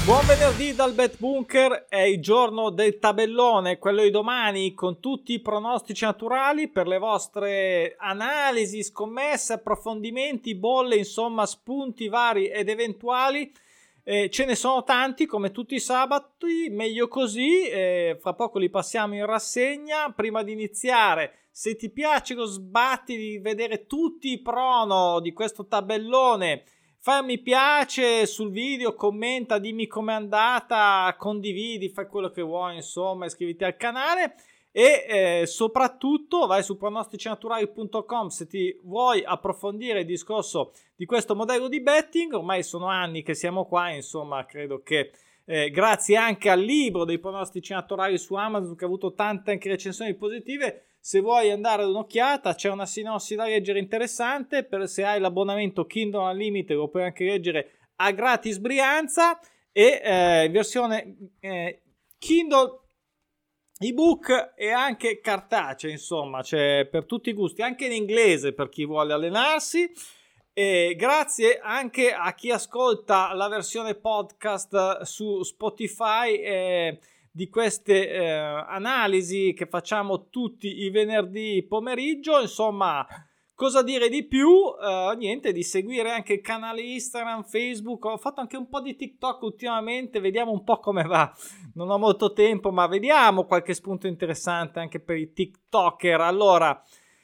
Buon venerdì dal Bet Bunker, è il giorno del tabellone, quello di domani, con tutti i pronostici naturali per le vostre analisi, scommesse, approfondimenti, bolle, insomma spunti vari ed eventuali. Ce ne sono tanti come tutti i sabati, meglio così, fra poco li passiamo in rassegna. Prima di iniziare, se ti piace lo sbatti di vedere tutti i prono di questo tabellone, fai un mi piace sul video, commenta, dimmi com'è andata, condividi, fai quello che vuoi, insomma, iscriviti al canale e soprattutto vai su pronosticinaturali.com se ti vuoi approfondire il discorso di questo modello di betting. Ormai sono anni che siamo qua, insomma, credo che grazie anche al libro dei pronostici naturali su Amazon, che ha avuto tante anche recensioni positive. Se vuoi andare ad un'occhiata, c'è una sinossi da leggere interessante. Se hai l'abbonamento Kindle Unlimited lo puoi anche leggere a gratis Brianza, e versione Kindle ebook e anche cartacea, insomma c'è per tutti i gusti, anche in inglese per chi vuole allenarsi. E grazie anche a chi ascolta la versione podcast su Spotify di queste analisi che facciamo tutti i venerdì pomeriggio. Insomma, cosa dire di più? Niente, di seguire anche il canale Instagram, Facebook. Ho fatto anche un po' di TikTok ultimamente, vediamo un po' come va. Non ho molto tempo, ma vediamo qualche spunto interessante anche per i TikToker. Allora,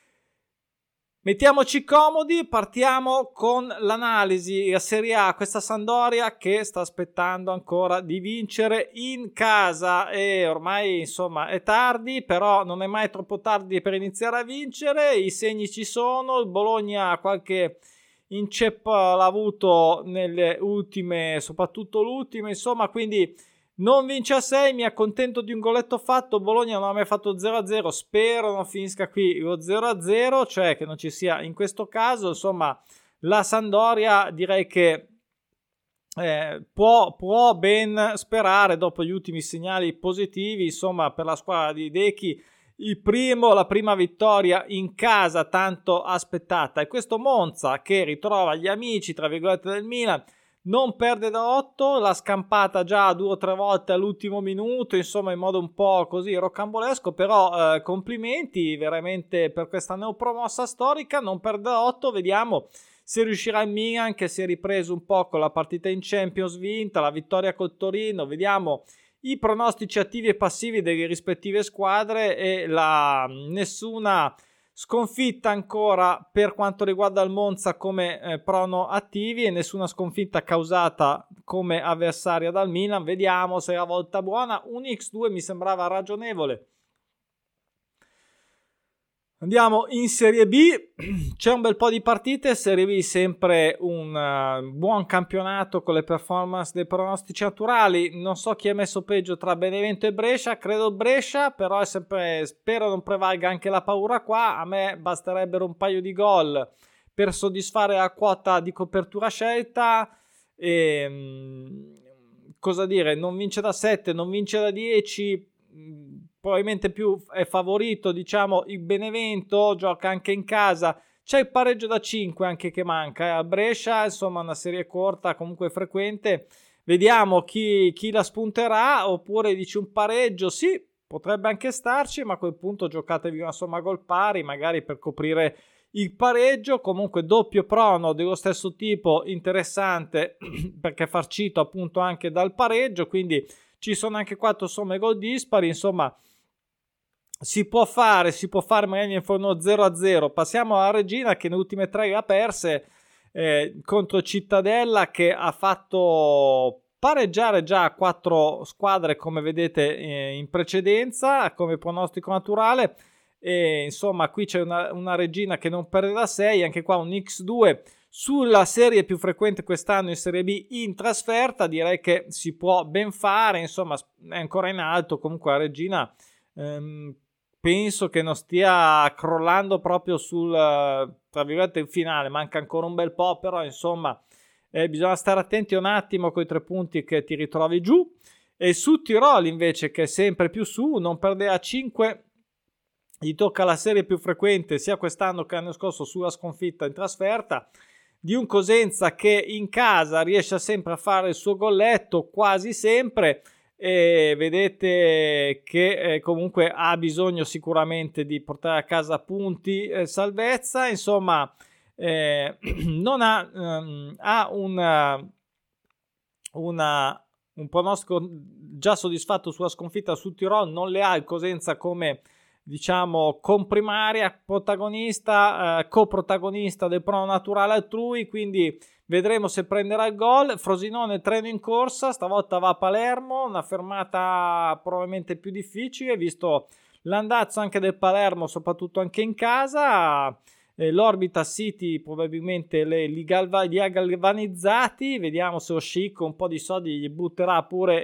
mettiamoci comodi, partiamo con l'analisi. La Serie A, questa Sampdoria che sta aspettando ancora di vincere in casa, e ormai insomma è tardi, però non è mai troppo tardi per iniziare a vincere. I segni ci sono, il Bologna qualche inceppo l'ha avuto nelle ultime, soprattutto l'ultima, insomma, quindi non vince a 6, mi accontento di un goletto fatto. Bologna non ha mai fatto 0-0, spero non finisca qui lo 0-0, cioè che non ci sia in questo caso. Insomma, la Sampdoria direi che può ben sperare dopo gli ultimi segnali positivi, insomma, per la squadra di Dechi. La prima vittoria in casa tanto aspettata, e questo Monza che ritrova gli amici tra virgolette del Milan, non perde da 8, l'ha scampata già 2 o 3 volte all'ultimo minuto, insomma in modo un po' così rocambolesco, però complimenti veramente per questa neopromossa storica. Non perde da 8, vediamo se riuscirà il Milan, che si è ripreso un po' con la partita in Champions vinta, la vittoria col Torino. Vediamo i pronostici attivi e passivi delle rispettive squadre e nessuna sconfitta ancora per quanto riguarda il Monza come prono attivi, e nessuna sconfitta causata come avversaria dal Milan. Vediamo se è la volta buona. Un X2 mi sembrava ragionevole. Andiamo in Serie B, c'è un bel po' di partite. Serie B sempre un buon campionato con le performance dei pronostici naturali. Non so chi ha messo peggio tra Benevento e Brescia, credo Brescia, però è sempre, spero non prevalga anche la paura qua. A me basterebbero un paio di gol per soddisfare la quota di copertura scelta. Cosa dire, non vince da 7, non vince da 10, probabilmente più è favorito, diciamo, il Benevento, gioca anche in casa, c'è il pareggio da 5 anche che manca, a Brescia, insomma una serie corta comunque frequente. Vediamo chi la spunterà, oppure dici un pareggio, sì, potrebbe anche starci, ma a quel punto giocatevi una somma gol pari magari per coprire il pareggio. Comunque doppio prono dello stesso tipo interessante perché farcito appunto anche dal pareggio, quindi ci sono anche 4 somme gol dispari. Insomma, si può fare magari in forno 0-0. Passiamo alla Regina, che nelle ultime 3 le ha perse contro Cittadella, che ha fatto pareggiare già 4 squadre come vedete in precedenza come pronostico naturale. E insomma qui c'è una Regina che non perde da 6, anche qua un X2 sulla serie più frequente quest'anno in Serie B in trasferta. Direi che si può ben fare, insomma è ancora in alto. Comunque la Regina penso che non stia crollando proprio sul tra virgolette il finale, manca ancora un bel po', però insomma bisogna stare attenti un attimo con i 3 punti che ti ritrovi giù. E su Tirol invece, che è sempre più su, non perde a 5, gli tocca la serie più frequente sia quest'anno che l'anno scorso sulla sconfitta in trasferta. di un Cosenza che in casa riesce sempre a fare il suo golletto, quasi sempre, e vedete che comunque ha bisogno sicuramente di portare a casa punti, salvezza, insomma non ha un pronostico già soddisfatto sulla sconfitta sul Tirol, non le ha il Cosenza come diciamo comprimaria protagonista, coprotagonista del prono naturale altrui, quindi vedremo se prenderà il gol. Frosinone treno in corsa, stavolta va a Palermo, una fermata probabilmente più difficile visto l'andazzo anche del Palermo, soprattutto anche in casa. L'Orbita City probabilmente li ha galvanizzati, vediamo se Oscicco un po' di soldi gli butterà pure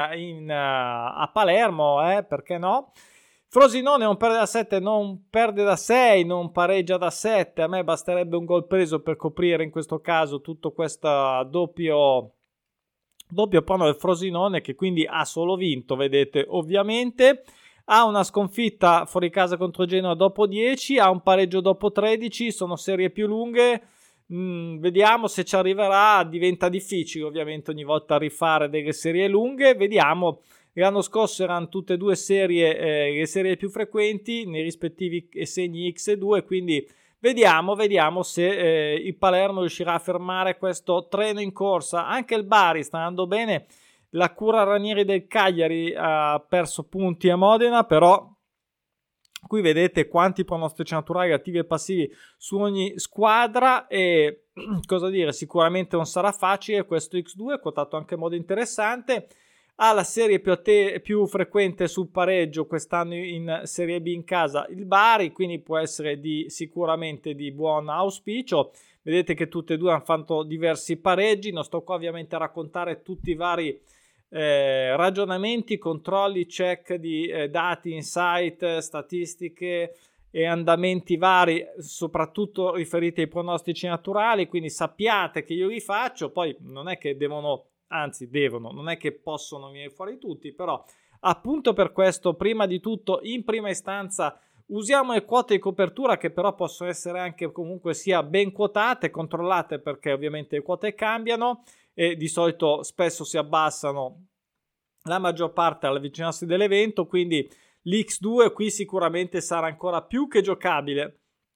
a Palermo, perché no? Frosinone non perde da 7, non perde da 6, non pareggia da 7, a me basterebbe un gol preso per coprire in questo caso tutto questo doppio prono del Frosinone, che quindi ha solo vinto, vedete, ovviamente. Ha una sconfitta fuori casa contro Genoa dopo 10, ha un pareggio dopo 13, sono serie più lunghe, vediamo se ci arriverà, diventa difficile ovviamente ogni volta rifare delle serie lunghe, vediamo. L'anno scorso erano tutte e due serie, le serie più frequenti nei rispettivi segni X e 2, quindi vediamo se il Palermo riuscirà a fermare questo treno in corsa. Anche il Bari sta andando bene, la Cura Ranieri del Cagliari ha perso punti a Modena, però qui vedete quanti pronostici naturali attivi e passivi su ogni squadra, e cosa dire, sicuramente non sarà facile. Questo X2 è quotato anche in modo interessante, ha la serie più frequente sul pareggio quest'anno in Serie B in casa il Bari, quindi può essere sicuramente di buon auspicio. Vedete che tutte e due hanno fatto diversi pareggi, non sto qua ovviamente a raccontare tutti i vari ragionamenti, controlli, check di dati, insight, statistiche e andamenti vari, soprattutto riferiti ai pronostici naturali, quindi sappiate che io li faccio, poi non è che devono, non è che possono venire fuori tutti, però appunto per questo, prima di tutto, in prima istanza, usiamo le quote di copertura, che però possono essere anche comunque sia ben quotate, controllate, perché ovviamente le quote cambiano e di solito spesso si abbassano la maggior parte all'avvicinarsi dell'evento, quindi l'X2 qui sicuramente sarà ancora più che giocabile.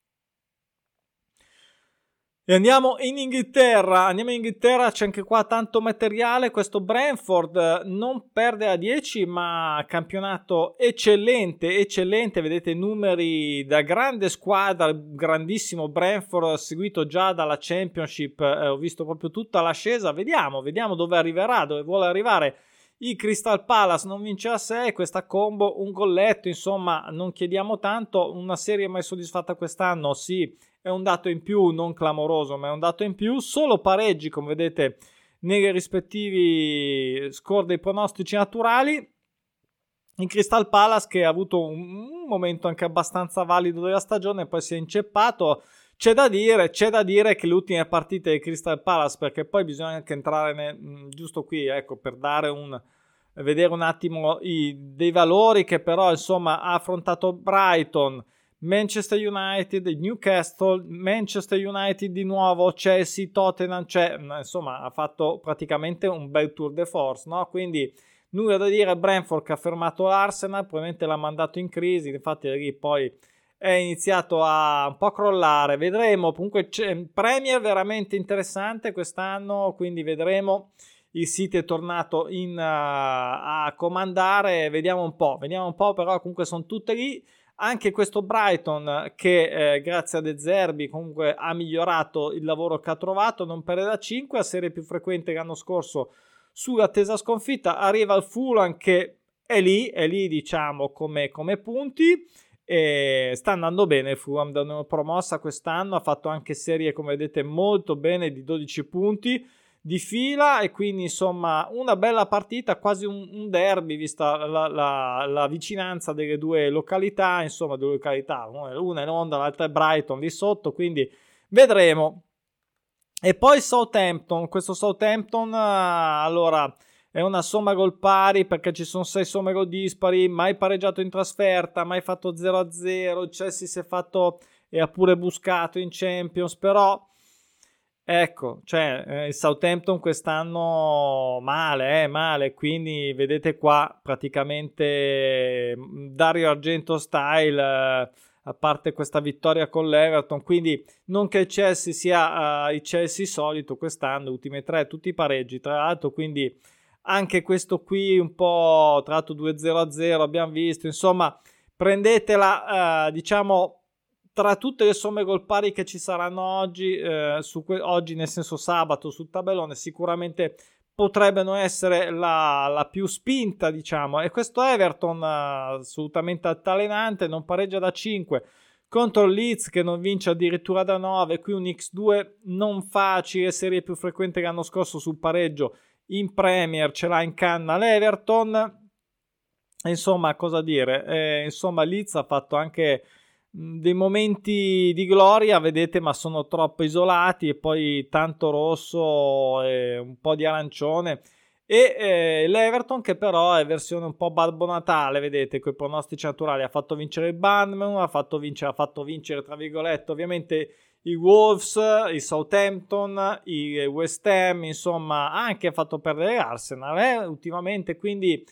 E andiamo in Inghilterra, c'è anche qua tanto materiale. Questo Brentford non perde a 10, ma campionato eccellente, vedete numeri da grande squadra, grandissimo Brentford, seguito già dalla Championship, ho visto proprio tutta l'ascesa, vediamo dove arriverà, dove vuole arrivare. Il Crystal Palace non vince a 6, questa combo, un golletto, insomma non chiediamo tanto, una serie mai soddisfatta quest'anno, sì, è un dato in più, non clamoroso, ma è un dato in più. Solo pareggi, come vedete, nei rispettivi score dei pronostici naturali. In Crystal Palace, che ha avuto un momento anche abbastanza valido della stagione, poi si è inceppato. C'è da dire che le ultime partite di Crystal Palace, perché poi bisogna anche entrare giusto qui, ecco, per vedere un attimo dei valori, che però insomma ha affrontato Brighton, Manchester United, Newcastle, Manchester United di nuovo, Chelsea, Tottenham, insomma ha fatto praticamente un bel tour de force, no? Quindi nulla da dire. Brentford che ha fermato l'Arsenal, probabilmente l'ha mandato in crisi, infatti lì poi è iniziato a un po' crollare, vedremo. Comunque Premier veramente interessante quest'anno, quindi vedremo. Il City è tornato a comandare, vediamo un po', però comunque sono tutte lì. Anche questo Brighton che grazie a De Zerbi comunque ha migliorato il lavoro che ha trovato, non perde da 5, a serie più frequente l'anno scorso sull'attesa sconfitta. Arriva il Fulham che è lì diciamo come punti, e sta andando bene il Fulham, da una promossa quest'anno, ha fatto anche serie come vedete molto bene di 12 punti di fila, e quindi insomma una bella partita, quasi un derby vista la vicinanza delle due località, insomma due località, una è Londra, l'altra è Brighton lì sotto, quindi vedremo. E poi Southampton, questo Southampton allora è una somma gol pari, perché ci sono 6 somme gol dispari, mai pareggiato in trasferta, mai fatto 0-0, Chelsea si è fatto e ha pure buscato in Champions, però Ecco, cioè il Southampton quest'anno male, quindi vedete qua praticamente Dario Argento style, a parte questa vittoria con l'Everton, quindi non che il Chelsea sia il Chelsea solito quest'anno, ultime 3 tutti pareggi tra l'altro, quindi anche questo qui un po' tra l'altro 2-0 abbiamo visto, insomma prendetela diciamo tra tutte le somme gol pari che ci saranno oggi, oggi nel senso sabato sul tabellone, sicuramente potrebbero essere la più spinta, diciamo. E questo Everton assolutamente altalenante, non pareggia da 5 contro il Leeds che non vince addirittura da 9, qui un X2 non facile, serie più frequente che l'anno scorso sul pareggio in Premier, ce l'ha in canna l'Everton. Insomma, cosa dire? Insomma, Leeds ha fatto anche dei momenti di gloria, vedete, ma sono troppo isolati e poi tanto rosso e un po' di arancione. E l'Everton che però è versione un po' Babbo Natale, vedete, con i pronostici naturali, ha fatto vincere il Bournemouth, ha fatto vincere tra virgolette ovviamente i Wolves, i Southampton, i West Ham, insomma ha anche fatto perdere Arsenal ultimamente, quindi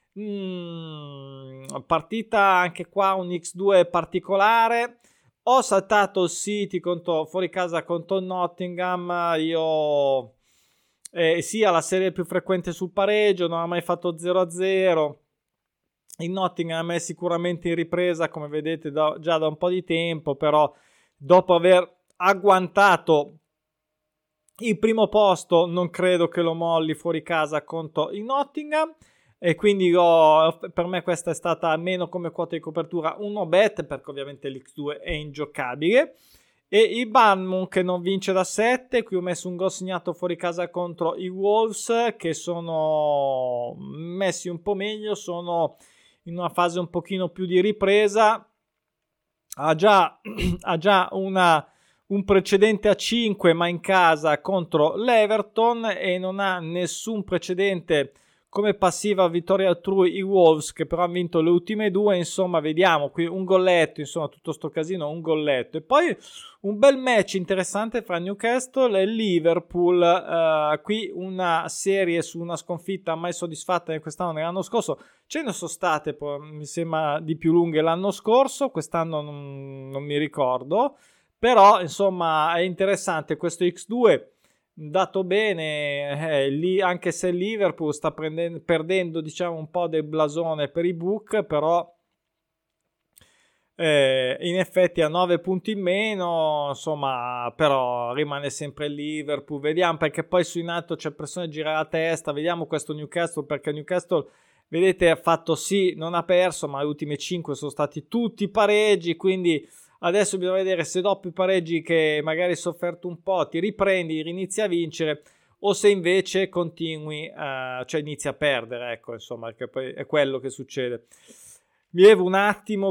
partita anche qua un X2 particolare. Ho saltato il City fuori casa contro il Nottingham, io sia la serie più frequente sul pareggio, non ha mai fatto 0-0. Il Nottingham è sicuramente in ripresa, come vedete già da un po' di tempo, però dopo aver agguantato il primo posto non credo che lo molli fuori casa contro il Nottingham. E quindi per me questa è stata almeno come quota di copertura 1-bet, perché ovviamente l'X2 è ingiocabile. E il Bournemouth che non vince da 7, qui ho messo un gol segnato fuori casa contro i Wolves che sono messi un po' meglio, sono in una fase un pochino più di ripresa, ha già un precedente a 5 ma in casa contro l'Everton e non ha nessun precedente come passiva vittoria altrui i Wolves che però hanno vinto le ultime 2, insomma vediamo qui un golletto, insomma tutto sto casino, un golletto e poi un bel match interessante fra Newcastle e Liverpool, qui una serie su una sconfitta mai soddisfatta quest'anno, nell'anno scorso ce ne sono state mi sembra di più lunghe l'anno scorso, quest'anno non mi ricordo, però insomma è interessante questo X2 dato bene, lì, anche se il Liverpool sta perdendo diciamo un po' del blasone per i book, però in effetti ha 9 punti in meno, insomma, però rimane sempre il Liverpool, vediamo, perché poi su in alto c'è pressione, gira la testa, vediamo questo Newcastle, perché Newcastle vedete ha fatto non ha perso, ma le ultime 5 sono stati tutti pareggi, quindi adesso bisogna vedere se dopo i pareggi che magari hai sofferto un po' ti riprendi, rinizi a vincere o se invece continui, cioè inizi a perdere, ecco, insomma, perché poi è quello che succede. Bevo un attimo,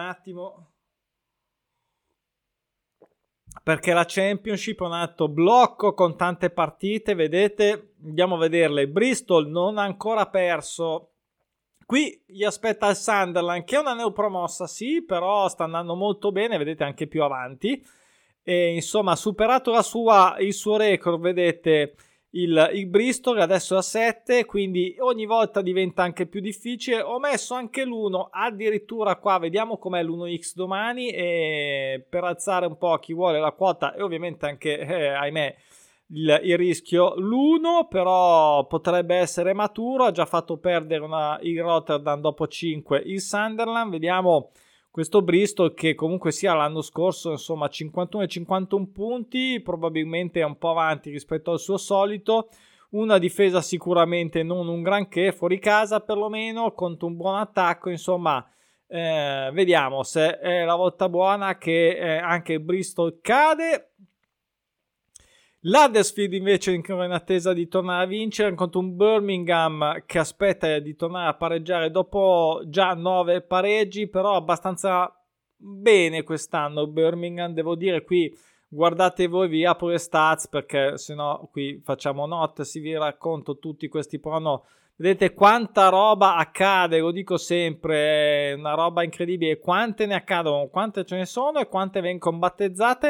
perché la Championship è un altro blocco con tante partite, vedete, andiamo a vederle. Bristol non ha ancora perso. Qui gli aspetta il Sunderland, che è una neopromossa, sì, però sta andando molto bene, vedete anche più avanti. E insomma, ha superato il suo record, vedete, il Bristol adesso è a 7, quindi ogni volta diventa anche più difficile. Ho messo anche l'1, addirittura qua, vediamo com'è l'1x domani, e per alzare un po' chi vuole la quota e ovviamente anche, ahimè, il rischio l'1 però potrebbe essere maturo, ha già fatto perdere il Rotterdam dopo 5 il Sunderland, vediamo questo Bristol che comunque sia l'anno scorso insomma 51 e 51 punti, probabilmente è un po' avanti rispetto al suo solito, una difesa sicuramente non un granché, fuori casa perlomeno, contro un buon attacco, insomma vediamo se è la volta buona che anche il Bristol cade. L'Huddersfield invece è in attesa di tornare a vincere contro un Birmingham che aspetta di tornare a pareggiare dopo già 9 pareggi, però abbastanza bene quest'anno Birmingham, devo dire. Qui guardate voi, vi apro le stats perché sennò qui facciamo notte, vi racconto tutti questi prono. Vedete quanta roba accade, lo dico sempre, è una roba incredibile, quante ne accadono, quante ce ne sono e quante vengono battezzate.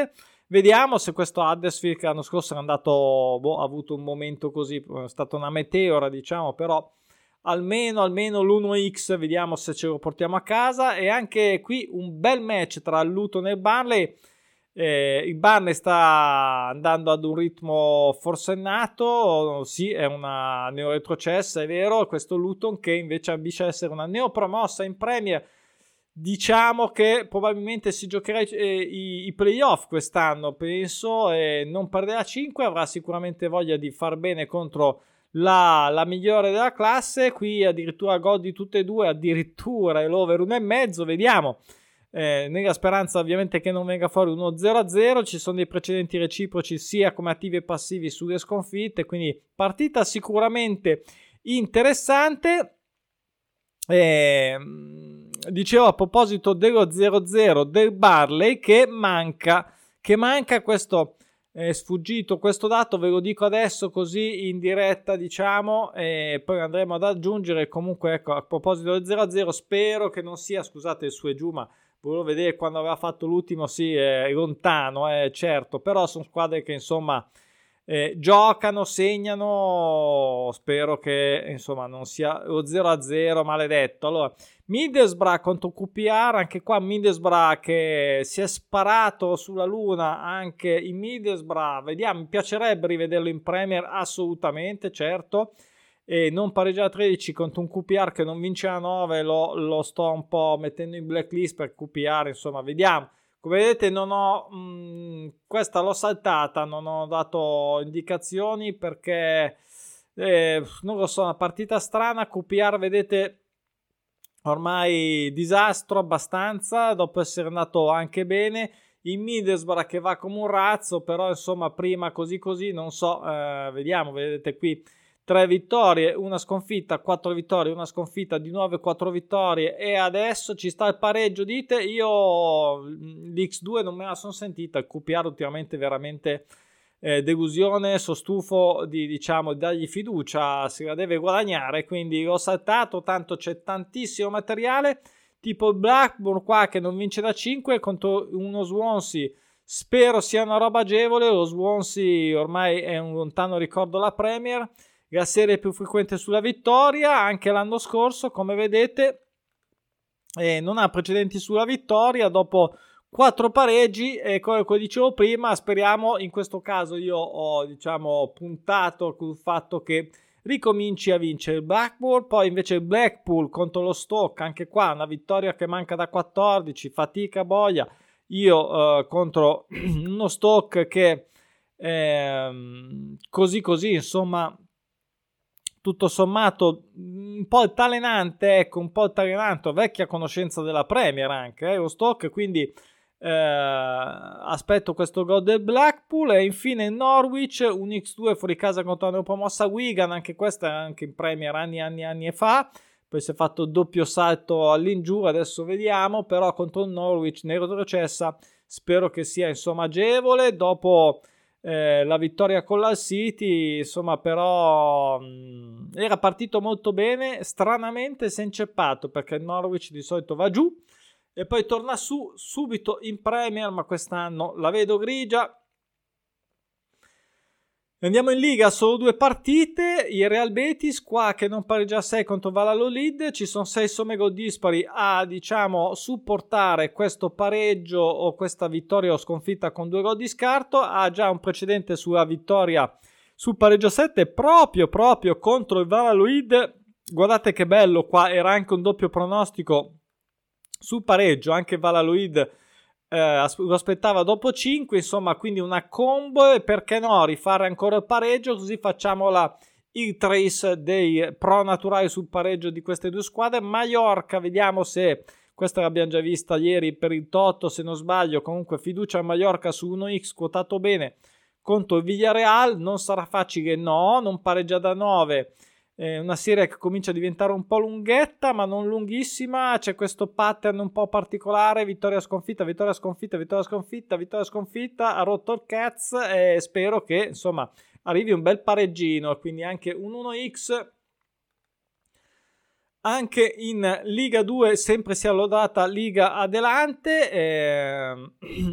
Vediamo se questo Huddersfield, che l'anno scorso è andato, ha avuto un momento così, è stata una meteora, diciamo, però almeno l'1x, vediamo se ce lo portiamo a casa. E anche qui un bel match tra Luton e Burnley. Il Burnley sta andando ad un ritmo forsennato, sì, è una neoretrocessa, è vero. Questo Luton, che invece ambisce a essere una neopromossa in Premier, diciamo che probabilmente si giocherà i playoff quest'anno, penso, e non perderà 5, avrà sicuramente voglia di far bene contro la migliore della classe. Qui addirittura gol di tutte e due, addirittura è l'over 1,5, vediamo, nella speranza ovviamente che non venga fuori uno 0-0. Ci sono dei precedenti reciproci sia come attivi e passivi sulle sconfitte, quindi partita sicuramente interessante. Dicevo a proposito dello 0-0 del Burnley che manca questo, sfuggito questo dato, ve lo dico adesso così in diretta, diciamo, e poi andremo ad aggiungere. Comunque, ecco, a proposito del 0-0, spero che non sia, scusate il su e giù, ma volevo vedere quando aveva fatto l'ultimo, sì, è lontano, certo, però sono squadre che insomma giocano, segnano. Spero che insomma non sia lo 0-0 maledetto. Allora, Middlesbrough contro QPR, anche qua Middlesbrough che si è sparato sulla luna anche in Middlesbrough. Vediamo, mi piacerebbe rivederlo in Premier, assolutamente, certo. E non pareggiare a 13 contro un QPR che non vince a 9, lo sto un po' mettendo in blacklist per QPR, insomma, vediamo. Come vedete non ho questa l'ho saltata, non ho dato indicazioni perché non lo so, una partita strana. QPR, vedete, ormai disastro abbastanza dopo essere andato anche bene. In Middlesbrough che va come un razzo, però insomma prima così non so, vediamo, vedete qui 3 vittorie, una sconfitta, 4 vittorie, una sconfitta, di nuovo 4 vittorie, e adesso ci sta il pareggio. Dite, io l'X2 non me la sono sentita. Il QPR ultimamente veramente delusione, sono stufo di dargli fiducia, si la deve guadagnare, quindi l'ho saltato, tanto c'è tantissimo materiale, tipo il Blackburn qua che non vince da 5 contro uno Swansea. Spero sia una roba agevole. Lo Swansea ormai è un lontano ricordo alla Premier, la serie più frequente sulla vittoria, anche l'anno scorso come vedete, non ha precedenti sulla vittoria dopo 4 pareggi, e come dicevo prima, speriamo, in questo caso io ho puntato sul fatto che ricominci a vincere il Blackburn. Poi invece il Blackpool contro lo Stoke, anche qua una vittoria che manca da 14, fatica boia. Io contro uno Stoke che così insomma, tutto sommato un po' altalenante, vecchia conoscenza della Premier anche, lo Stoke, quindi aspetto questo gol del Blackpool. E infine Norwich, un X2 fuori casa contro la neopromossa Wigan, anche questa anche in Premier anni fa, poi si è fatto doppio salto all'ingiù, adesso vediamo, però contro il Norwich neoretrocessa, spero che sia insomma agevole dopo la vittoria con la City, insomma, però era partito molto bene, stranamente si è inceppato perché il Norwich di solito va giù e poi torna su subito in Premier, ma quest'anno la vedo grigia. Andiamo in Liga, solo 2 partite. Il Real Betis qua che non pareggia 6 contro Valladolid, ci sono 6 somme gol dispari a supportare questo pareggio o questa vittoria o sconfitta con 2 gol di scarto. Ha già un precedente sulla vittoria sul pareggio 7 proprio contro il Valladolid. Guardate che bello, qua era anche un doppio pronostico sul pareggio, anche Valladolid lo aspettava dopo 5, insomma, quindi una combo, e perché no rifare ancora il pareggio, così facciamo il trace dei pro naturali sul pareggio di queste due squadre. Mallorca, vediamo se questa l'abbiamo già vista ieri per il Toto se non sbaglio, comunque fiducia a Mallorca su 1x quotato bene contro il Villarreal. Non sarà facile, no, non pareggia da 9. Una serie che comincia a diventare un po' lunghetta ma non lunghissima, c'è questo pattern un po' particolare, vittoria sconfitta, ha rotto il cazzo, e spero che insomma arrivi un bel pareggino, quindi anche un 1x Anche in Liga 2 sempre si è lodata Liga Adelante.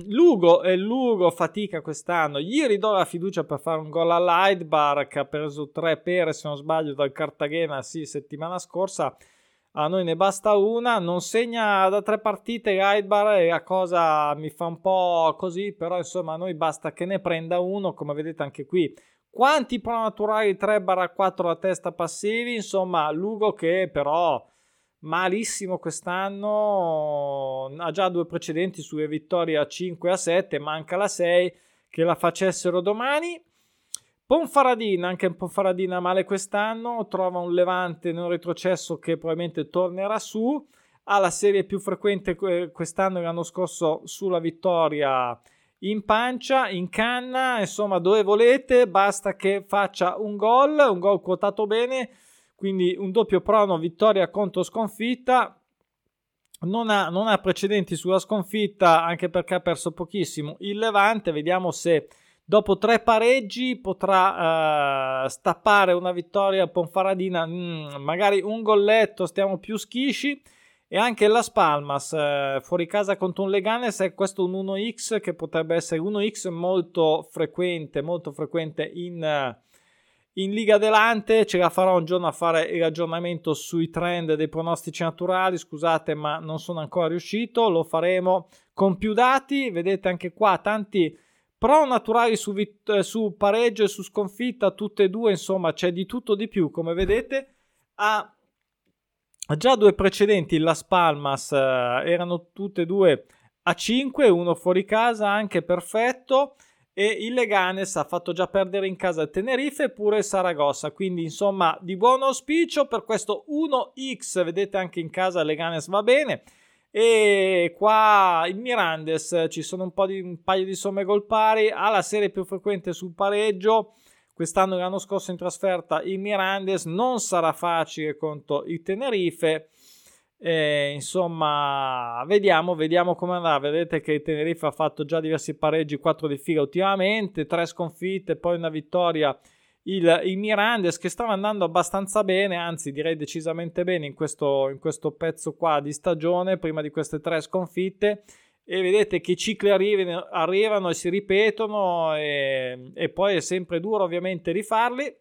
Lugo fatica quest'anno. Gli ridò la fiducia per fare un gol all'Aidbar, che ha preso 3 pere se non sbaglio dal Cartagena settimana scorsa. A noi ne basta una. Non segna da 3 partite l'Aidbar e la cosa mi fa un po' così, però insomma a noi basta che ne prenda uno, come vedete anche qui. Quanti pronaturali 3/4 a testa passivi? Insomma, Lugo che però malissimo quest'anno, ha già 2 precedenti sulle vittorie a 5 a 7, manca la 6, che la facessero domani. Ponfaradina, anche Ponfaradina male quest'anno, trova un Levante in un retrocesso che probabilmente tornerà su, ha la serie più frequente quest'anno e l'anno scorso sulla vittoria in pancia, in canna, insomma dove volete, basta che faccia un gol quotato bene, quindi un doppio prono, vittoria contro sconfitta. Non ha precedenti sulla sconfitta, anche perché ha perso pochissimo il Levante. Vediamo se dopo 3 pareggi potrà stappare una vittoria a Ponfaradina, magari un golletto, stiamo più schisci. E anche Las Palmas fuori casa contro un Leganes, è questo un 1x che potrebbe essere 1x molto frequente in Liga Adelante. Ce la farò un giorno a fare il ragionamento sui trend dei pronostici naturali, scusate ma non sono ancora riuscito, lo faremo con più dati. Vedete anche qua tanti pro naturali su pareggio e su sconfitta, tutte e due, insomma c'è di tutto di più, come vedete. Ha già 2 precedenti, Las Palmas erano tutte e due a 5, uno fuori casa anche perfetto, e il Leganes ha fatto già perdere in casa il Tenerife e pure il Saragossa, quindi insomma di buon auspicio per questo 1x. Vedete anche in casa il Leganes va bene, e qua il Mirandes ci sono un paio di somme gol pari, ha la serie più frequente sul pareggio. Quest'anno e l'anno scorso in trasferta il Mirandes, non sarà facile contro il Tenerife. Insomma, vediamo come andrà. Vedete che il Tenerife ha fatto già diversi pareggi, 4 di fila ultimamente, 3 sconfitte, poi una vittoria. Il Mirandes che stava andando abbastanza bene, anzi direi decisamente bene in questo pezzo qua di stagione, prima di queste 3 sconfitte. E vedete che i cicli arrivano e si ripetono, e poi è sempre duro ovviamente rifarli.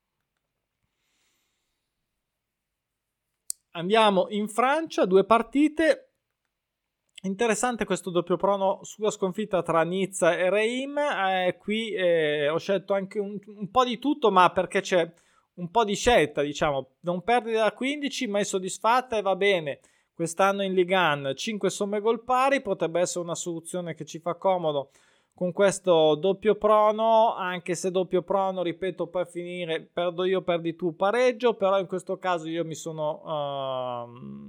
Andiamo in Francia, 2 partite. Interessante questo doppio prono sulla sconfitta tra Nizza e Reims. Qui ho scelto anche un po' di tutto, ma perché c'è un po' di scelta, diciamo. Non perdere da 15, ma è soddisfatta e va bene. Quest'anno in Ligue 1 5 somme gol pari, potrebbe essere una soluzione che ci fa comodo con questo doppio prono, anche se doppio prono, ripeto, per finire perdo io, perdi tu, pareggio, però in questo caso io mi sono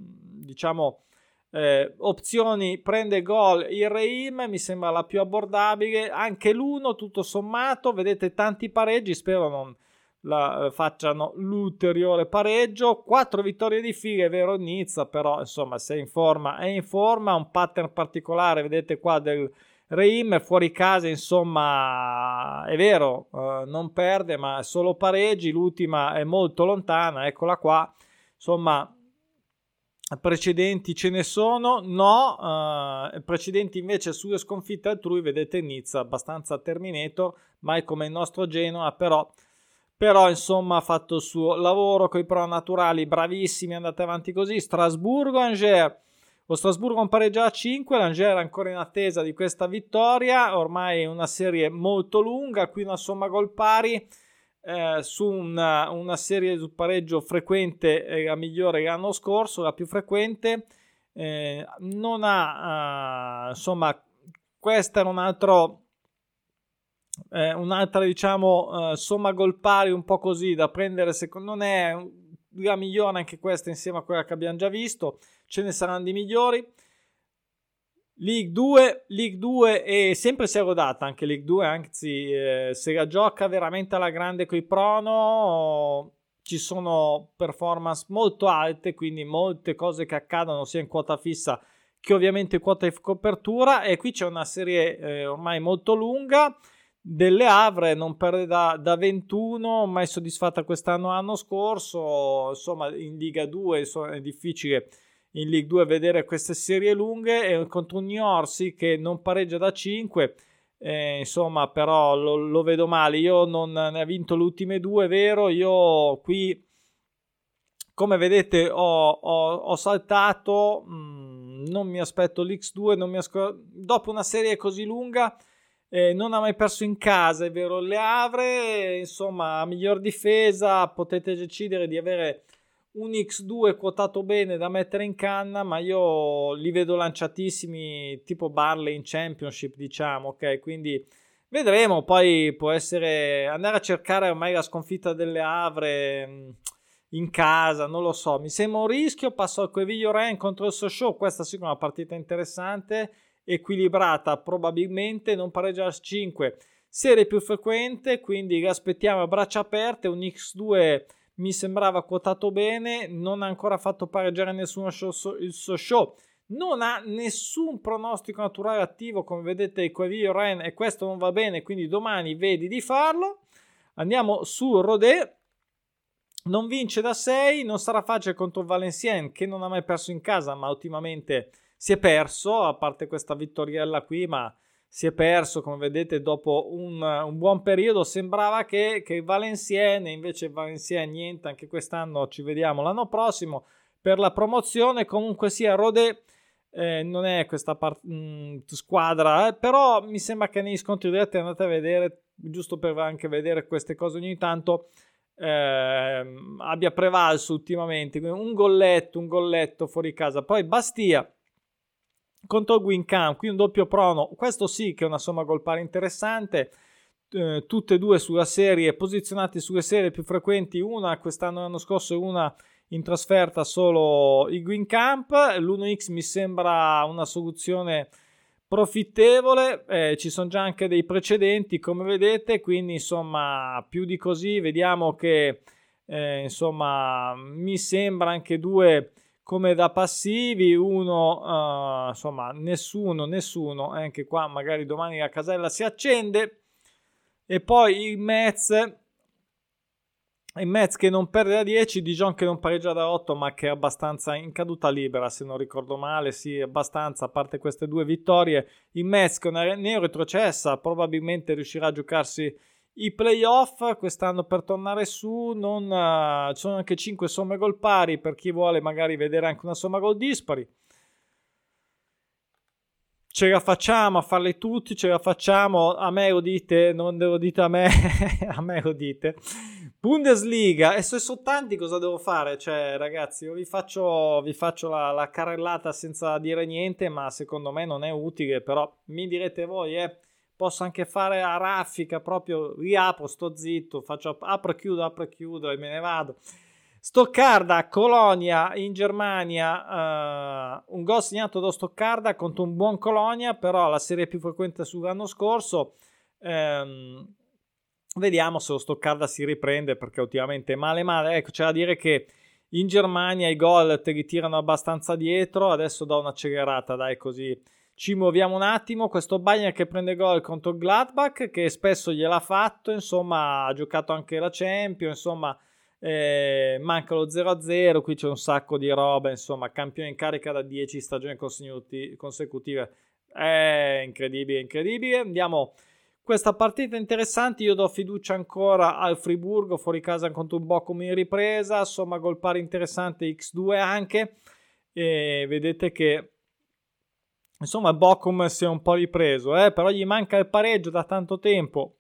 opzioni prende gol il Reims, mi sembra la più abbordabile, anche l'1 tutto sommato. Vedete tanti pareggi, spero non facciano l'ulteriore pareggio. 4 vittorie di fila, è vero Nizza, però insomma se è in forma è in forma. Un pattern particolare vedete qua del Reims, fuori casa insomma è vero, non perde ma solo pareggi, l'ultima è molto lontana, eccola qua. Insomma precedenti ce ne sono, precedenti invece sulle sconfitte altrui. Vedete Nizza abbastanza Terminator, mai come il nostro Genoa, però insomma ha fatto il suo lavoro con i pro naturali, bravissimi, andate avanti così. Strasburgo, Angers. Lo Strasburgo un pareggio a 5, l'Angers era ancora in attesa di questa vittoria, ormai è una serie molto lunga, qui una somma gol pari, su una serie sul pareggio frequente, la migliore l'anno scorso, la più frequente, non ha insomma questa era un'altra diciamo somma gol pari un po' così da prendere, non è la migliore anche questa insieme a quella che abbiamo già visto, ce ne saranno di migliori. Ligue 2 e sempre si è rodata anche Ligue 2, anzi se la gioca veramente alla grande coi prono, ci sono performance molto alte, quindi molte cose che accadono sia in quota fissa che ovviamente in quota di copertura. E qui c'è una serie ormai molto lunga, delle Havre, non perde da 21, mai soddisfatta quest'anno l'anno scorso, insomma in Liga 2 insomma, è difficile in League 2 vedere queste serie lunghe, e contro un Niorsi che non pareggia da 5, insomma però lo vedo male. Io non ne ha vinto le ultime due, è vero, io qui come vedete ho saltato, non mi aspetto l'X2, dopo una serie così lunga. Non ha mai perso in casa, è vero, Le Havre, insomma, miglior difesa, potete decidere di avere un X2 quotato bene da mettere in canna, ma io li vedo lanciatissimi, tipo Barley in Championship, diciamo, ok? Quindi vedremo, poi può essere andare a cercare ormai la sconfitta delle Havre in casa, non lo so, mi sembra un rischio. Passo al Quevillo Ren contro il Sochaux, questa sì è una partita interessante, equilibrata, probabilmente non pareggia a 5, serie più frequente, quindi li aspettiamo a braccia aperte. Un X2 mi sembrava quotato bene, non ha ancora fatto pareggiare nessuno il Sochaux, non ha nessun pronostico naturale attivo, come vedete il Quevillo Ren, e questo non va bene, quindi domani vedi di farlo. Andiamo su Rodé, non vince da 6, non sarà facile contro Valenciennes che non ha mai perso in casa, ma ultimamente si è perso, a parte questa vittoriella qui, ma si è perso, come vedete, dopo un buon periodo. Sembrava che Valenciennes, invece Valenciennes niente, anche quest'anno ci vediamo l'anno prossimo per la promozione. Comunque sia, Rodé non è questa squadra, però mi sembra che negli scontri diretti, andate a vedere, giusto per anche vedere queste cose ogni tanto, abbia prevalso ultimamente. Un golletto fuori casa. Poi Bastia contro Guingamp, qui un doppio prono, questo sì che è una somma gol pari interessante, tutte e due sulla serie, posizionati sulle serie più frequenti, una quest'anno l'anno scorso e una in trasferta solo i Guingamp. L'1x mi sembra una soluzione profittevole, ci sono già anche dei precedenti come vedete, quindi insomma più di così vediamo che insomma mi sembra anche due come da passivi, uno insomma nessuno, anche qua magari domani la casella si accende. E poi il Metz che non perde da 10, Dijon che non pareggia da 8, ma che è abbastanza in caduta libera, se non ricordo male, sì, abbastanza, a parte queste due vittorie. Il Metz che è neoretrocessa, probabilmente riuscirà a giocarsi i playoff quest'anno per tornare su. Ci sono anche 5 somme gol pari per chi vuole magari vedere anche una somma gol dispari. Ce la facciamo a farle tutti, ce la facciamo, a me lo dite, non lo dite a me, a me lo dite. Bundesliga, e se sono tanti cosa devo fare? Cioè ragazzi, io vi faccio la carrellata senza dire niente, ma secondo me non è utile, però mi direte voi, posso anche fare a raffica, proprio riapro, sto zitto, faccio apro e chiudo e me ne vado. Stoccarda, Colonia in Germania, un gol segnato da Stoccarda contro un buon Colonia, però la serie più frequente sull'anno scorso. Vediamo se lo Stoccarda si riprende, perché ultimamente male. Ecco, c'è da dire che in Germania i gol te li tirano abbastanza dietro. Adesso do un'accelerata, dai, così ci muoviamo un attimo. Questo Bayern che prende gol contro il Gladbach, che spesso gliel'ha fatto, insomma ha giocato anche la Champions, insomma manca lo 0-0, qui c'è un sacco di roba, insomma campione in carica da 10 stagioni consecutive, è incredibile. Andiamo, questa partita interessante, io do fiducia ancora al Friburgo fuori casa contro un Bochum in ripresa, insomma gol pari interessante, X2 anche, e vedete che insomma Bochum si è un po' ripreso, però gli manca il pareggio da tanto tempo.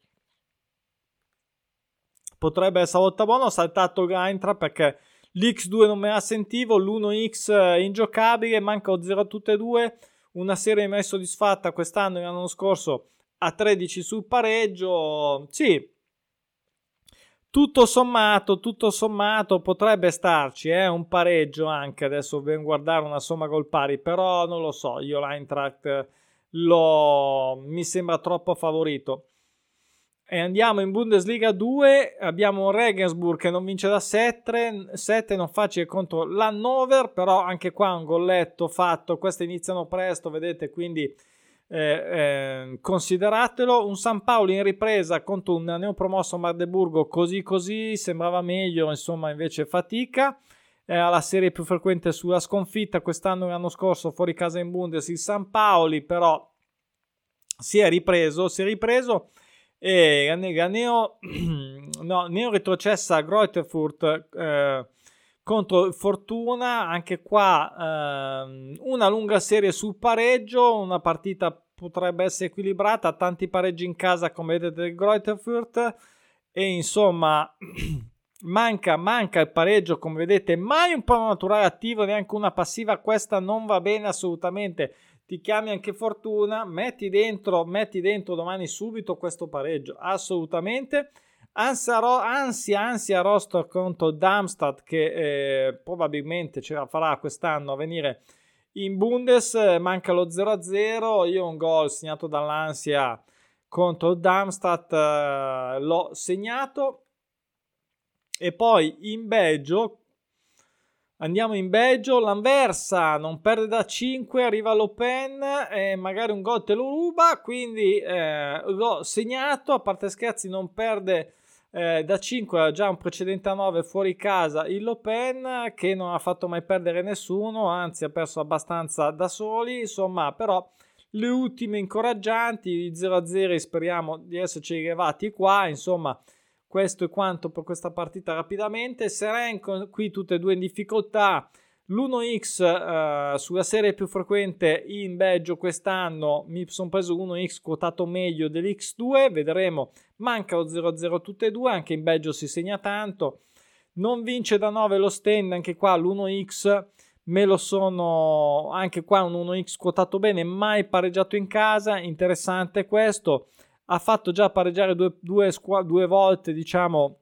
Potrebbe essere volta buona. Ho saltato Eintracht perché l'X2 non me la sentivo, l'1X ingiocabile, manca lo 0 a tutte e due, una serie mai soddisfatta quest'anno e l'anno scorso a 13 sul pareggio. Sì, tutto sommato potrebbe starci un pareggio anche, adesso dobbiamo guardare una somma gol pari, però non lo so, io l'Eintracht mi sembra troppo favorito. E andiamo in Bundesliga 2, abbiamo Regensburg che non vince da 7, non facile contro l'Hannover, però anche qua un golletto fatto, queste iniziano presto, vedete, quindi consideratelo. Un San Paolo in ripresa contro un neopromosso Magdeburgo così sembrava meglio, insomma invece fatica. La serie più frequente sulla sconfitta quest'anno e l'anno scorso fuori casa in Bundes il San Paoli, però si è ripreso e neo retrocessa Greuther Fürth contro Fortuna, anche qua una lunga serie sul pareggio, una partita potrebbe essere equilibrata, tanti pareggi in casa come vedete del Greuther Fürth e insomma manca il pareggio come vedete, mai un po' naturale attivo, neanche una passiva, questa non va bene assolutamente. Ti chiami anche Fortuna, metti dentro domani subito questo pareggio, assolutamente. Ansia Rostock contro Darmstadt che probabilmente ce la farà quest'anno a venire in Bundes, manca lo 0-0, io un gol segnato dall'Ansia contro Darmstadt l'ho segnato. E poi in Belgio andiamo in Belgio, l'Anversa non perde da 5, arriva l'Open e magari un gol te lo ruba, quindi l'ho segnato, a parte scherzi non perde da 5, ha già un precedente a 9 fuori casa il Open che non ha fatto mai perdere nessuno, anzi ha perso abbastanza da soli, insomma però le ultime incoraggianti, i 0-0 speriamo di esserci arrivati qua, insomma. Questo è quanto per questa partita rapidamente. Seren qui tutte e due in difficoltà. L'1x sulla serie più frequente in Belgio quest'anno mi sono preso l'1x quotato meglio dell'X2, vedremo, manca lo 0-0 tutte e due, anche in Belgio si segna tanto. Non vince da 9 lo stand, anche qua l'1x me lo sono, anche qua un 1x quotato bene, mai pareggiato in casa, interessante questo. Ha fatto già pareggiare due volte, diciamo,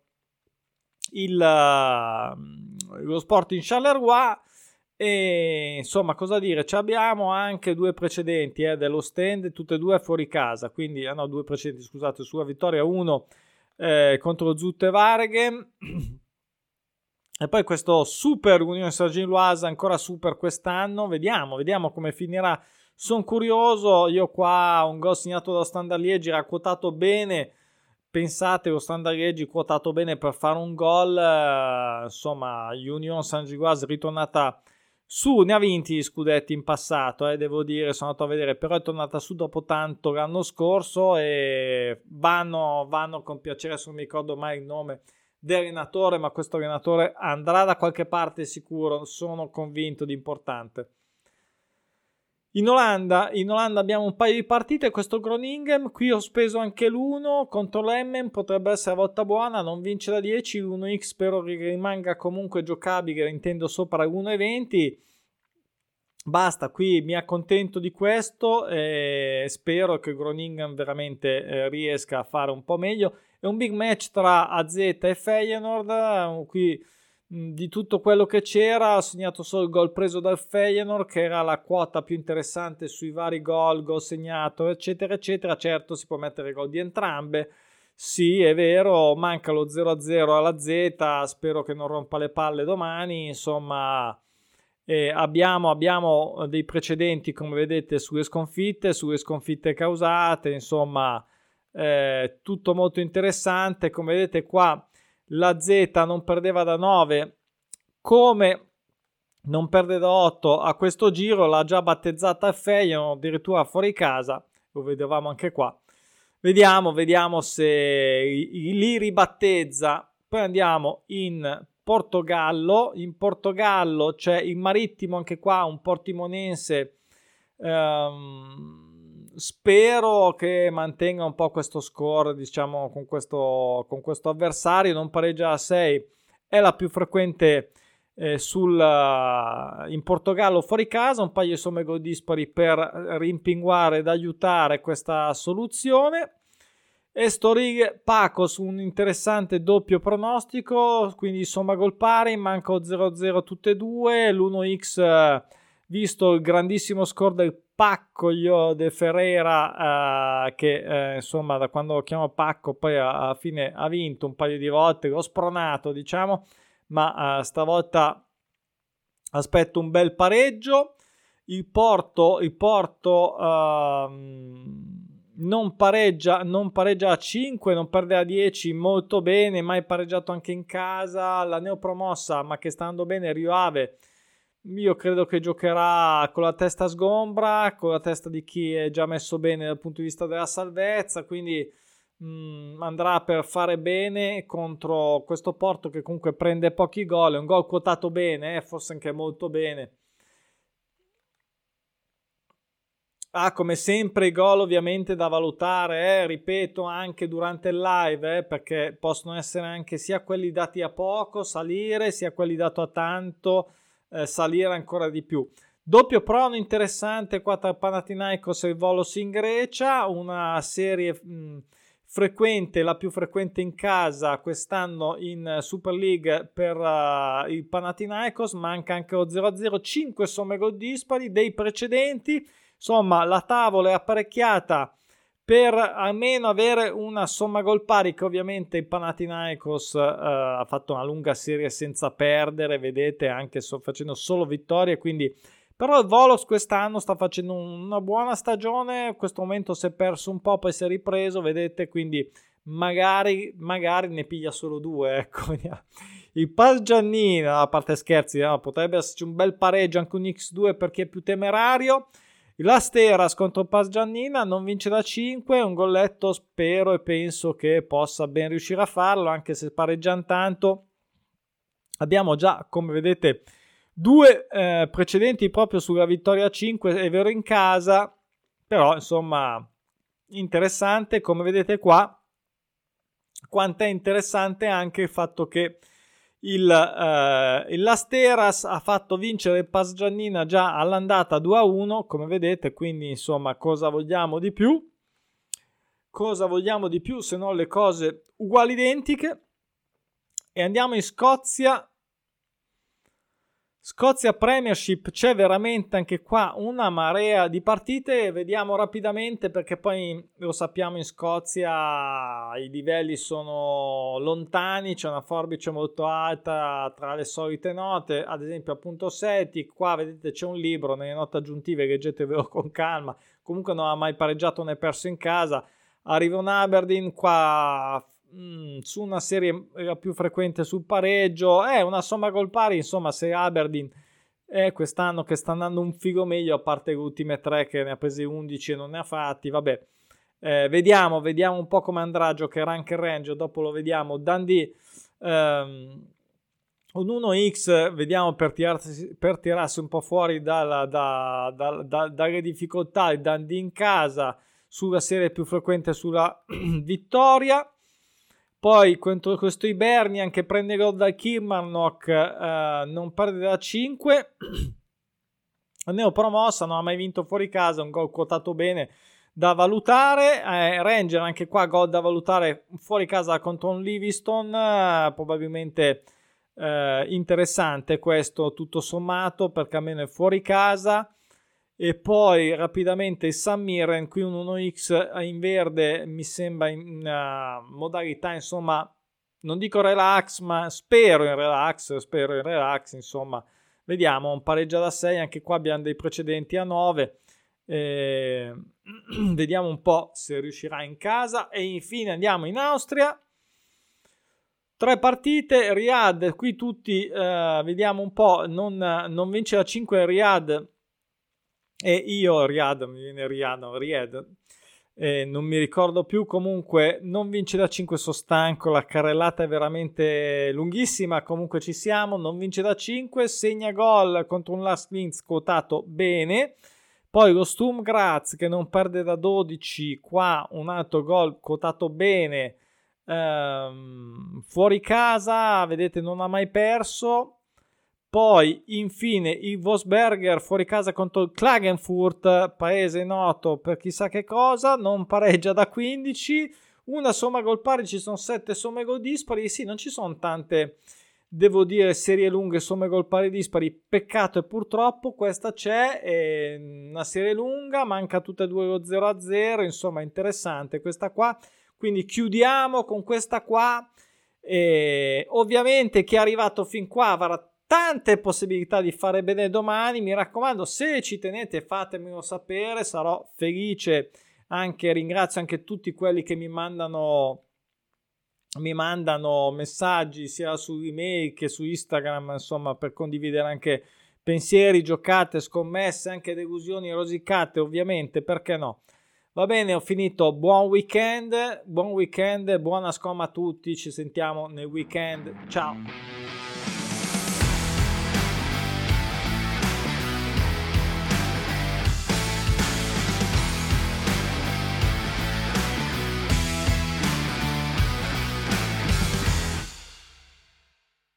lo Sporting Charleroi e insomma cosa dire, ci abbiamo anche due precedenti dello stand, tutte e due fuori casa, quindi due precedenti, scusate, sulla vittoria 1 contro lo Zutte Waregem e poi questo super Unione Saint-Gilloise, ancora super quest'anno, vediamo come finirà. Sono curioso, io qua un gol segnato da Standard Liegi era quotato bene, pensate lo Standard Liegi quotato bene per fare un gol, insomma Union Saint-Gilloise ritornata su, ne ha vinti gli scudetti in passato, devo dire, sono andato a vedere, però è tornata su dopo tanto l'anno scorso e vanno con piacere, se non mi ricordo mai il nome dell'allenatore, ma questo allenatore andrà da qualche parte sicuro, sono convinto di importante. In Olanda abbiamo un paio di partite, questo Groningen, qui ho speso anche l'1 contro l'Emmen, potrebbe essere la volta buona, non vince da 10, l'1x spero che rimanga comunque giocabile, intendo sopra l'1,20, basta, qui mi accontento di questo e spero che Groningen veramente riesca a fare un po' meglio. È un big match tra AZ e Feyenoord, qui di tutto quello che c'era ho segnato solo il gol preso dal Feyenoord che era la quota più interessante sui vari gol segnato eccetera eccetera. Certo si può mettere gol di entrambe, sì è vero, manca lo 0-0 alla Z, spero che non rompa le palle domani, insomma abbiamo dei precedenti come vedete sulle sconfitte causate, insomma tutto molto interessante. Come vedete qua la Z non perdeva da 9, come non perde da 8 a questo giro, l'ha già battezzata a Feyenoord, addirittura fuori casa, lo vedevamo anche qua. Vediamo se li ribattezza. Poi andiamo in Portogallo c'è il Marittimo, anche qua un portimonense, spero che mantenga un po' questo score, diciamo, con questo avversario, non pareggia a 6, è la più frequente in Portogallo fuori casa, un paio di somme gol dispari per rimpinguare ed aiutare questa soluzione. E Storig Pacos, un interessante doppio pronostico, quindi somma gol pari, manca 0-0 tutte e due, l'1x visto il grandissimo score del Pacco de Ferreira che insomma da quando lo chiamo Pacco poi alla fine ha vinto un paio di volte, l'ho spronato diciamo, ma stavolta aspetto un bel pareggio. il Porto non pareggia a 5, non perde a 10, molto bene, mai pareggiato anche in casa. La neopromossa, ma che sta andando bene, Rio Ave, io credo che giocherà con la testa sgombra, con la testa di chi è già messo bene dal punto di vista della salvezza, quindi andrà per fare bene contro questo Porto che comunque prende pochi gol. È un gol quotato bene, forse anche molto bene. Come sempre i gol ovviamente da valutare, ripeto, anche durante il live, perché possono essere anche sia quelli dati a poco, salire, sia quelli dati a tanto, salire ancora di più. Doppio prono interessante qua tra Panathinaikos e il Volos in Grecia, una serie frequente, la più frequente in casa quest'anno in Super League per il Panathinaikos. Manca anche lo 0-0, 5 somme gol dispari dei precedenti. Insomma, la tavola è apparecchiata per almeno avere una somma gol pari, che ovviamente il Panathinaikos ha fatto una lunga serie senza perdere, vedete, anche facendo solo vittorie, quindi però il Volos quest'anno sta facendo una buona stagione, in questo momento si è perso un po', poi si è ripreso, vedete, quindi magari ne piglia solo 2, ecco. Il Pas Giannina, a parte scherzi, potrebbe esserci un bel pareggio, anche un X2 per chi è più temerario. L'Asteras contro Pas Giannina non vince da 5, un golletto spero e penso che possa ben riuscire a farlo, anche se pareggiano tanto. Abbiamo già, come vedete, 2 precedenti proprio sulla vittoria 5, è vero in casa, però insomma interessante, come vedete qua. Quanto è interessante anche il fatto che l'Asteras ha fatto vincere il Pas Giannina già all'andata 2-1, come vedete, quindi insomma cosa vogliamo di più? Cosa vogliamo di più se non le cose uguali identiche? E andiamo in Scozia Premiership, c'è veramente anche qua una marea di partite, vediamo rapidamente perché poi lo sappiamo, in Scozia i livelli sono lontani, c'è una forbice molto alta tra le solite note, ad esempio appunto Celtic, qua vedete c'è un libro, nelle note aggiuntive leggetevelo con calma, comunque non ha mai pareggiato né perso in casa. Arriva un Aberdeen qua su una serie più frequente sul pareggio, una somma gol pari, insomma, se Aberdeen quest'anno che sta andando un figo meglio, a parte le ultime 3 che ne ha presi 11 e non ne ha fatti, vabbè, vediamo un po' come andrà, giocherà anche il Ranger, dopo lo vediamo. Dundee un 1x, vediamo per tirarsi un po' fuori dalle difficoltà. Il Dundee in casa sulla serie più frequente, sulla vittoria. Poi contro questo Hibernian che prende gol da Kilmarnock, non perde da 5. Neopromossa, non ha mai vinto fuori casa, un gol quotato bene da valutare. Ranger anche qua gol da valutare fuori casa contro un Livingston, probabilmente interessante questo tutto sommato, perché almeno è fuori casa. E poi rapidamente il St Mirren, qui un 1x in verde, mi sembra in modalità, insomma, non dico relax, ma spero in relax, insomma, vediamo, un pareggio da 6, anche qua abbiamo dei precedenti a 9, vediamo un po' se riuscirà in casa. E infine andiamo in Austria, 3 partite, Riyadh, qui tutti vediamo un po', non vince da 5 Riyadh, e io Riyadh, mi viene Riyadh, non mi ricordo più, comunque non vince da 5, sono stanco, la carrellata è veramente lunghissima, comunque ci siamo, non vince da 5, segna gol contro un Last Linz quotato bene, poi lo Sturm Graz che non perde da 12, qua un altro gol quotato bene, fuori casa, vedete, non ha mai perso. Poi infine il Wolfsberger fuori casa contro il Klagenfurt, paese noto per chissà che cosa, non pareggia da 15, una somma gol pari, ci sono 7 somme gol dispari. Sì, non ci sono tante, devo dire, serie lunghe, somme gol pari dispari, peccato, e purtroppo questa c'è, è una serie lunga, manca tutte e due lo 0-0, insomma interessante questa qua, quindi chiudiamo con questa qua. Ovviamente chi è arrivato fin qua avrà tante possibilità di fare bene domani. Mi raccomando, se ci tenete fatemelo sapere, sarò felice. Ringrazio anche tutti quelli che mi mandano messaggi sia su email che su Instagram, insomma, per condividere anche pensieri, giocate, scommesse, anche delusioni, rosicate, ovviamente, perché no? Va bene, ho finito. Buon weekend, buona scomma a tutti, ci sentiamo nel weekend, ciao.